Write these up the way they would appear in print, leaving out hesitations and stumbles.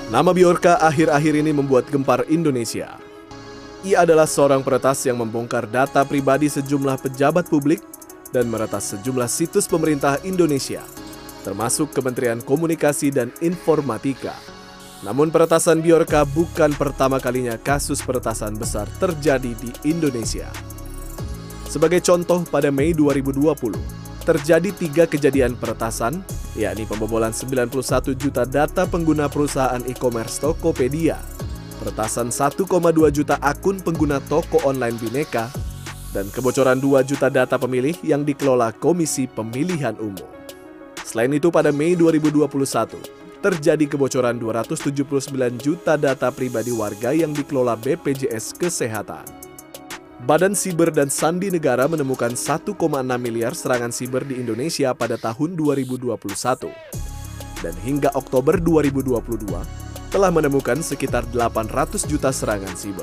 Nama Bjorka akhir-akhir ini membuat gempar Indonesia. Ia adalah seorang peretas yang membongkar data pribadi sejumlah pejabat publik dan meretas sejumlah situs pemerintah Indonesia, termasuk Kementerian Komunikasi dan Informatika. Namun peretasan Bjorka bukan pertama kalinya kasus peretasan besar terjadi di Indonesia. Sebagai contoh, pada Mei 2020, terjadi 3 kejadian peretasan, yakni pembobolan 91 juta data pengguna perusahaan e-commerce Tokopedia, peretasan 1,2 juta akun pengguna toko online Bineka, dan kebocoran 2 juta data pemilih yang dikelola Komisi Pemilihan Umum. Selain itu, pada Mei 2021, terjadi kebocoran 279 juta data pribadi warga yang dikelola BPJS Kesehatan. Badan Siber dan Sandi Negara menemukan 1,6 miliar serangan siber di Indonesia pada tahun 2021. Dan hingga Oktober 2022, telah menemukan sekitar 800 juta serangan siber.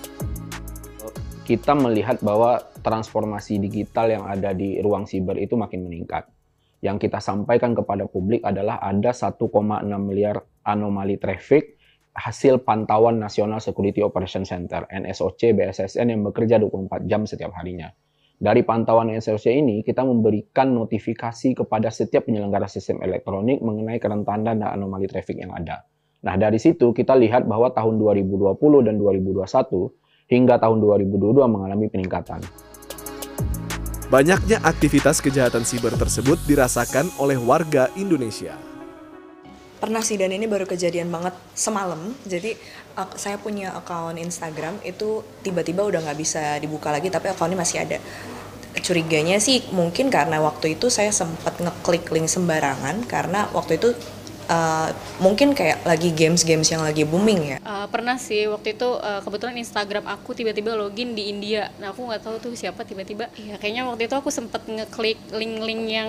Kita melihat bahwa transformasi digital yang ada di ruang siber itu makin meningkat. Yang kita sampaikan kepada publik adalah ada 1,6 miliar anomali traffic hasil pantauan National Security Operation Center (NSOC) BSSN yang bekerja 24 jam setiap harinya. Dari pantauan NSOC ini, kita memberikan notifikasi kepada setiap penyelenggara sistem elektronik mengenai kerentanan dan anomali traffic yang ada. Nah, dari situ kita lihat bahwa tahun 2020 dan 2021 hingga tahun 2022 mengalami peningkatan. Banyaknya aktivitas kejahatan siber tersebut dirasakan oleh warga Indonesia. Pernah sih, dan ini baru kejadian banget semalam. Jadi saya punya akun Instagram itu tiba-tiba udah nggak bisa dibuka lagi, tapi akunnya masih ada. Curiganya sih mungkin karena waktu itu saya sempat ngeklik link sembarangan, karena waktu itu mungkin kayak lagi games yang lagi booming ya. Pernah sih, waktu itu kebetulan Instagram aku tiba-tiba login di India. Nah, aku nggak tahu tuh siapa tiba-tiba. Ya kayaknya waktu itu aku sempat ngeklik link-link yang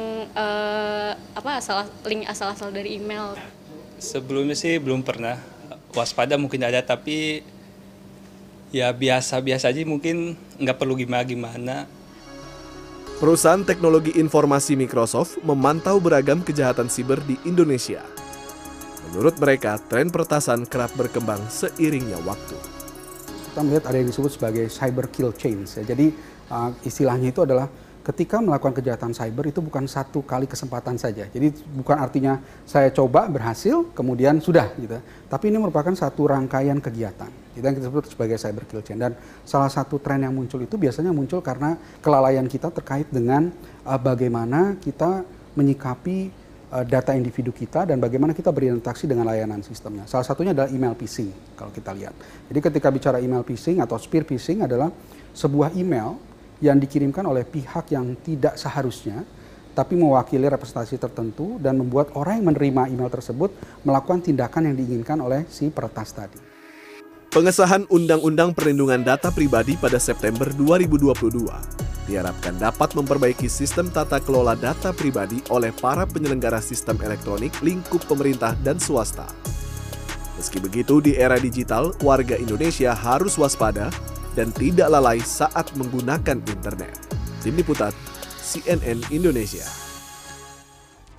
link asal-asal dari email. Sebelumnya sih belum pernah. Waspada mungkin ada, tapi ya biasa-biasa aja, mungkin nggak perlu gimana-gimana. Perusahaan teknologi informasi Microsoft memantau beragam kejahatan siber di Indonesia. Menurut mereka, tren peretasan kerap berkembang seiringnya waktu. Kita melihat ada yang disebut sebagai cyber kill chains. Jadi istilahnya itu adalah ketika melakukan kejahatan cyber itu bukan satu kali kesempatan saja. Jadi bukan artinya saya coba berhasil kemudian sudah gitu. Tapi ini merupakan satu rangkaian kegiatan. Itu yang kita sebut sebagai cyber kill chain. Dan salah satu tren yang muncul itu biasanya muncul karena kelalaian kita terkait dengan bagaimana kita menyikapi data individu kita dan bagaimana kita berinteraksi dengan layanan sistemnya. Salah satunya adalah email phishing kalau kita lihat. Jadi ketika bicara email phishing atau spear phishing adalah sebuah email yang dikirimkan oleh pihak yang tidak seharusnya, tapi mewakili representasi tertentu dan membuat orang yang menerima email tersebut melakukan tindakan yang diinginkan oleh si peretas tadi. Pengesahan Undang-Undang Perlindungan Data Pribadi pada September 2022 diharapkan dapat memperbaiki sistem tata kelola data pribadi oleh para penyelenggara sistem elektronik lingkup pemerintah dan swasta. Meski begitu, di era digital, warga Indonesia harus waspada dan tidak lalai saat menggunakan internet. Tim Liputan CNN Indonesia.